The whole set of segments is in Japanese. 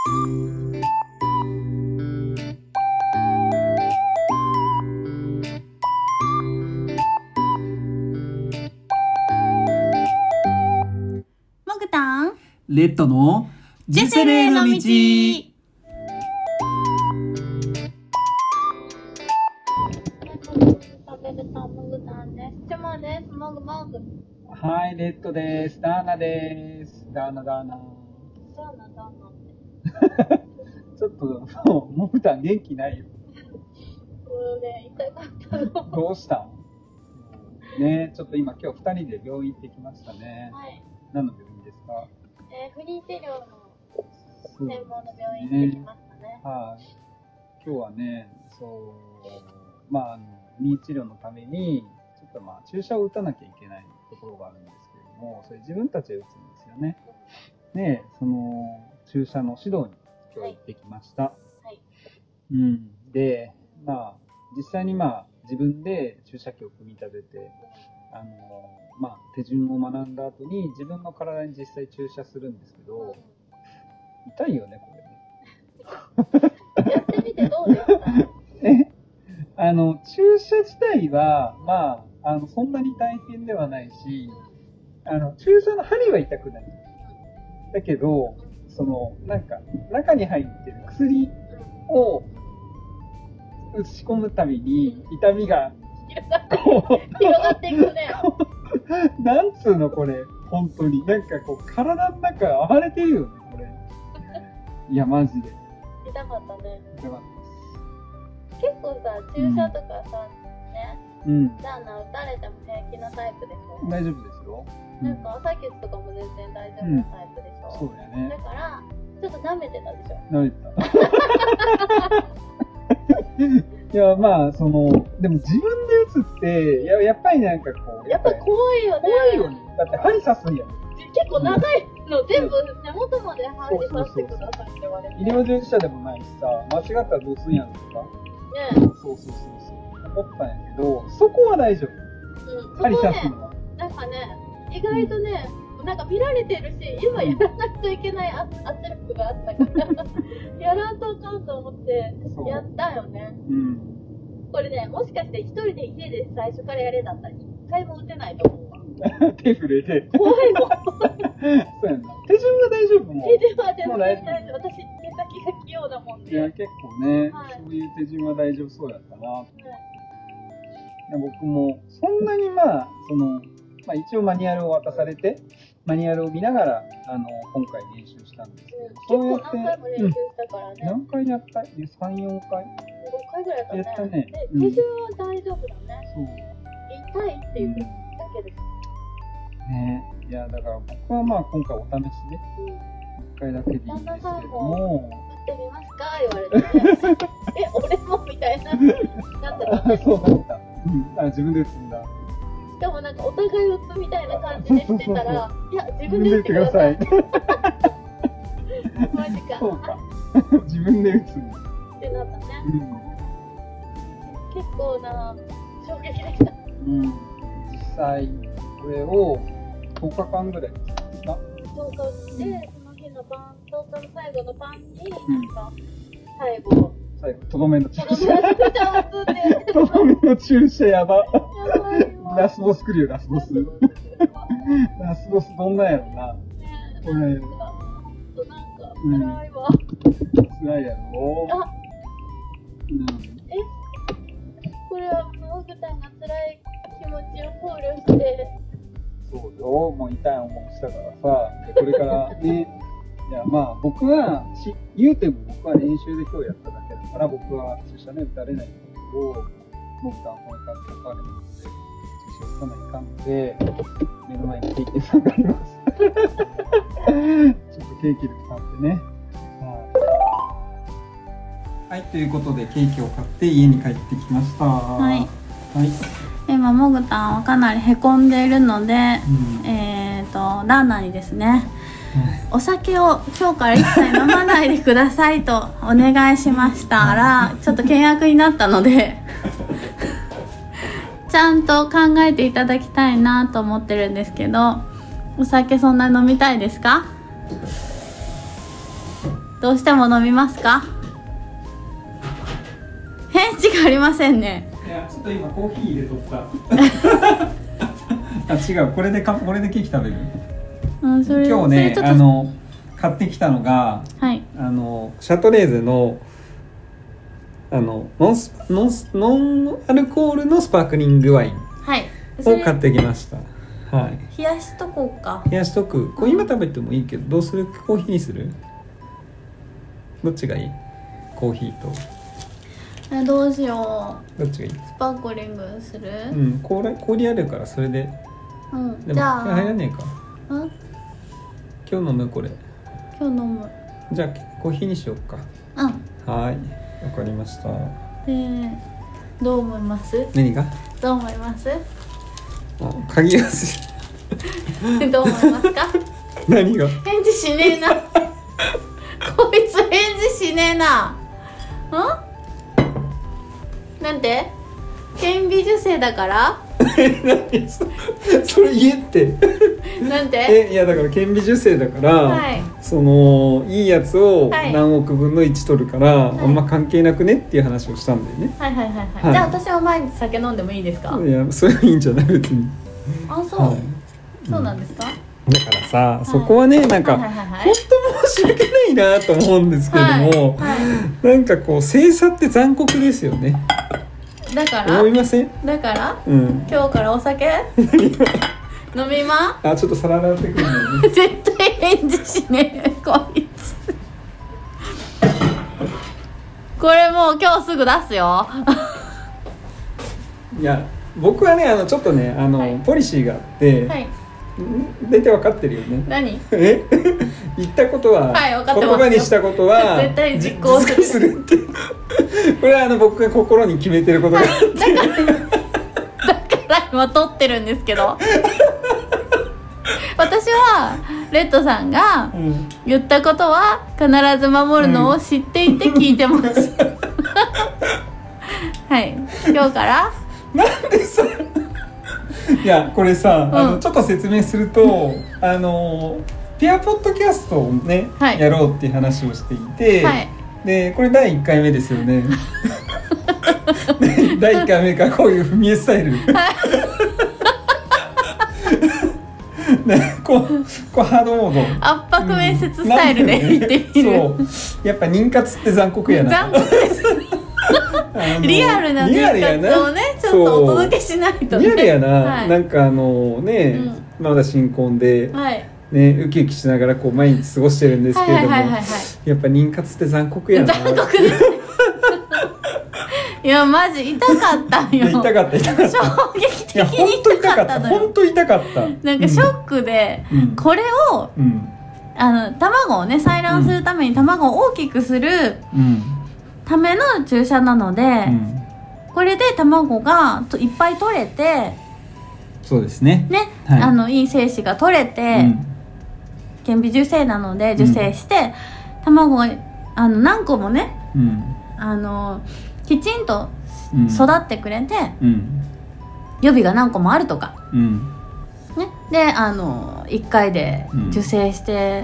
もぐたんレッドのジュセレーの道。はい、レッドです。ダーナです。ダーナちょっともぐたん元気ないよ。 痛かったの。 どうしたんね。ちょっと今日2人で病院行ってきましたね。 はい。 何の病院ですか？ 不妊治療の専門の病院行ってきましたね。 はい。今日はね、不妊治療のためにちょっと注射を打たなきゃいけないところがあるんですけれども、それ自分たちで打つんですよね。で、その注射の指導に今日行ってきました。はい。で、実際に自分で注射器を組み立てて、手順を学んだ後に自分の体に実際注射するんですけど、痛いよね、これね。 やってみてどうですか？ 注射自体は、そんなに大変ではないし、注射の針は痛くない。だけど、中に入ってる薬を打ち込むたびに痛みが広がっていくね。 なんつうのこれ、本当に。体の中暴れてるよね、これ。いや、マジで。 痛かったね。 痛かった。 結構さ、注射とかさ、ダーナ打たれても平気なタイプでしょ？ 大丈夫ですよ。 朝血とかも全然大丈夫なタイプでしょ？ そうだよね。 だから、ちょっと舐めてたでしょ？ 舐めてた。いや、でも自分で打つって、やっぱりやっぱ怖いよね。 怖いよね。だって針刺すんやん。 結構長いの全部根元まで針刺してくださいって言われて。 医療従事者でもないしさ、間違ったらどうすんやんとか。 ね。 そう。思ったんやけど、そこは大丈夫。針刺すのは。 意外とね、見られてるし、今やらないといけない圧力があったからやらんとあかんと思ってやったよね。これね、もしかして一人で家で最初からやれだったら一回も打てないと思うわ。 手震えて怖いもん。 そうやな。手順は大丈夫もん。 手順は全然大丈夫。私手先が器用なもんで。 いや、結構ね、そういう手順は大丈夫そうやったな。僕もそんなに一応マニュアルを渡されて、マニュアルを見ながら今回練習したんですけど、 結構何回も練習したからね。 何回やった？ 3、4回？ 5 回ぐらいやったね。手順は大丈夫だね。 そう。 痛いっていうだけです。 ね、いやだから僕は今回お試しで1回だけでいいんですけども、 打ってみますか言われて、俺もみたいななってた。 そうだった。自分で打つんだ。 しかもお互い打つみたいな感じでしてたら、いや自分で打ってください。マジか。 そうか。自分で打つってなったね。結構な衝撃でした。 実際これを10日間ぐらい打つんですか？ 10日で、その日の晩、10日の最後の晩に、最後、 とどめの注射。とどめの注射やば。ラスボス来るよ、ラスボス。ラスボスどんなんやろな。これ。 辛いわ。 辛いやろ。 これはもぐたんが辛い気持ちを考慮して。 そうよ、もう痛い思いしたからさ、これからね、いや僕は言うても僕は練習で今日やっただけだから僕は注射ね打たれないんだけど、僕はこれからかかるので注射打たないかんので、目の前にケーキさんがあります。ちょっとケーキで買ってね。はい、ということでケーキを買って家に帰ってきました。はい。 今もぐたんはかなりへこんでいるので、ダーナにですね、お酒を今日から一切飲まないでくださいとお願いしましたら、ちょっと険悪になったのでちゃんと考えていただきたいなと思ってるんですけど、お酒そんなに飲みたいですか？ どうしても飲みますか？返事がありませんね。 いやちょっと今コーヒー入れとったあ違う、これでケーキ食べる。 それ今日ねそれちょっと買ってきたのがはいシャトレーゼのノンアルコールのスパークリングワインはいそれを買ってきました。はい。 冷やしとこうか。 冷やしとく。これ今食べてもいいけど、どうする？コーヒーにする？どっちがいい？コーヒーと。 どうしよどっちがいい？ う。スパークリングする？ うん、氷あるからそれで。でもじゃあ入らねえか。今日飲むこれ。 今日飲む。 じゃあコーヒーにしようか。はい、わかりました。 どう思います？ 何が？ どう思います？ 鍵がする。 どう思いますか？ 何が？ 返事しねえな。こいつ返事しねえな。なんて？顕微授精だから？ 何それ言えって。 なんて？ いやだから顕微授精だから、 はい、 いいやつをはい何億分の1取るから、 はい、 あんま関係なくねっていう話をしたんだよね。 はいはいはいはい。じゃあ私は毎日酒飲んでもいいですか？ いやそれはいいんじゃない別に。 そう、 はい、 そうなんですか？ だからさ、そこはねなんか、本当申し訳ないなと思うんですけども、なんかこう精査って残酷ですよね。 だから思いません？ だから、 今日からお酒飲みまちょっと皿洗ってくるのね。 絶対返事しねえこいつ。これもう今日すぐ出すよ。 いや僕はねちょっとねポリシーがあって、大体分かってるよね。 何？ 言ったことは、 分かってますよ。 言葉にしたことは絶対実行するってこれは僕が心に決めてることがあって、 だから今撮ってるんですけど私はレッドさんが言ったことは必ず守るのを知っていて聞いてます、はい、今日からなんでさいやこれさ、ちょっと説明するとペアポッドキャストをね、やろうっていう話をしていて、でこれ第1回目ですよね。第1回目からこういう踏み絵スタイル、ね、こうハードモード圧迫面接スタイルで言ってみる、 そうやっぱ妊活って残酷やな。 残酷ですリアルな妊活をねちょっとお届けしないとね。 リアルやな、なんかまだ新婚で、ウキウキしながらこう毎日過ごしてるんですけれども、やっぱ妊活って残酷やな。 残酷ですいやマジ痛かったよ。 痛かった衝撃的に痛かったのよ。 本当痛かった。 なんかショックで、これを、卵をね採卵するために卵を大きくするための注射なので、これで卵がいっぱい取れて、 そうですね。 いい精子が取れて、顕微授精なので受精して、卵が何個もね、きちんと育ってくれて、予備が何個もあるとか、で1回で受精して、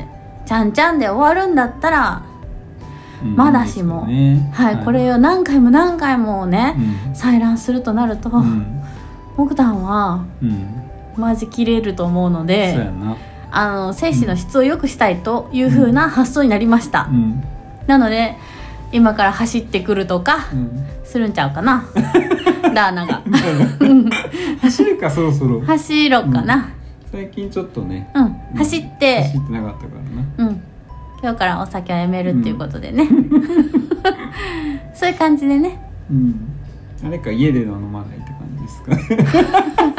ちゃんちゃんで終わるんだったら、まだしも、これを何回も何回もね、採卵するとなると、木炭はマジ切れると思うので、精子の質を良くしたいという風な発想になりました。なので今から走ってくるとかするんちゃうかな、ダーナが走るか、そろそろ走ろうかな、 最近ちょっとね、 走ってなかったからな。 今日からお酒はやめるっていうことでね、そういう感じでね、 あれか家での飲まないって感じですか。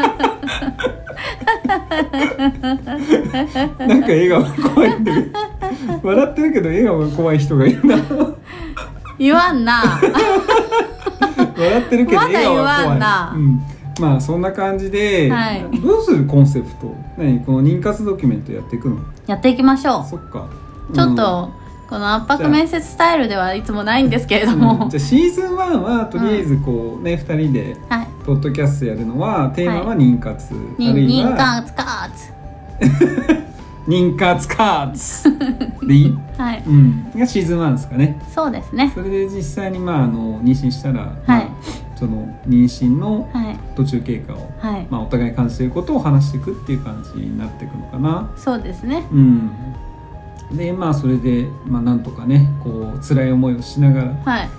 なんか笑顔が怖いんだけど、笑ってるけど笑顔が怖い人がいるな。 言わんな。 笑ってるけど笑顔が怖い。 まだ言わんな。 まあそんな感じで、どうするコンセプト？この妊活ドキュメントやっていくの？やっていきましょう。 そっか。 ちょっとこの圧迫面接スタイルではいつもないんですけれども、 じゃあシーズン1はとりあえずこうね、2人でポッドキャストやるのはテーマは妊活、 妊活カーツ妊活カーツでいい、 はい、 がシーズン1ですかね。 そうですね。 それで実際に妊娠したら、その妊娠の途中経過を、お互い感じていることを話していくっていう感じになっていくのかな。 そうですね。 でそれでなんとかねこう辛い思いをしながら、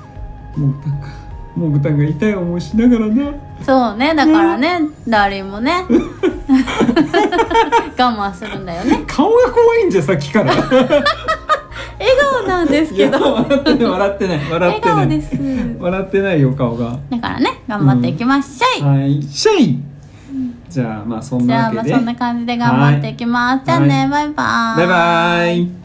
もぐたんが痛い思いしながらな。そうね、だからね、ダーリンもね我慢するんだよね。顔が怖いんじゃさっきから笑顔なんですけど笑ってない笑顔です。笑ってないよ顔が。だからね頑張っていきましょい、はいしょい。じゃあそんなわけで、じゃあそんな感じで頑張っていきます。じゃあね、バイバーイ。バイバーイ。